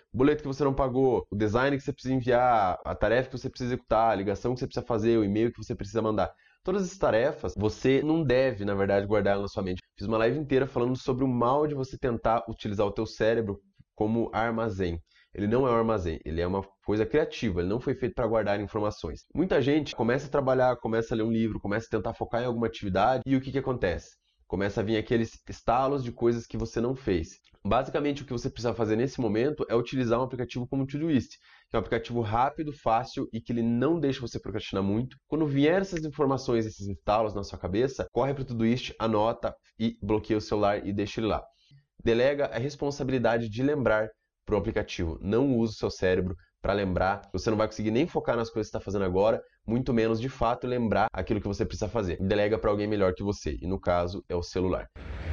o boleto que você não pagou, o design que você precisa enviar, a tarefa que você precisa executar, a ligação que você precisa fazer, o e-mail que você precisa mandar. Todas essas tarefas, você não deve, na verdade, guardar elas na sua mente. Fiz uma live inteira falando sobre o mal de você tentar utilizar o teu cérebro como armazém. Ele não é um armazém, ele é uma coisa criativa, ele não foi feito para guardar informações. Muita gente começa a trabalhar, começa a ler um livro, começa a tentar focar em alguma atividade e o que acontece? Começa a vir aqueles estalos de coisas que você não fez. Basicamente, o que você precisa fazer nesse momento é utilizar um aplicativo como o Todoist, que é um aplicativo rápido, fácil e que ele não deixa você procrastinar muito. Quando vier essas informações, esses estalos na sua cabeça, corre para o Todoist, anota e bloqueia o celular e deixa ele lá. Delega a responsabilidade de lembrar para o aplicativo. Não use o seu cérebro para lembrar. Você não vai conseguir nem focar nas coisas que está fazendo agora, muito menos de fato lembrar aquilo que você precisa fazer. Delega para alguém melhor que você, e no caso é o celular.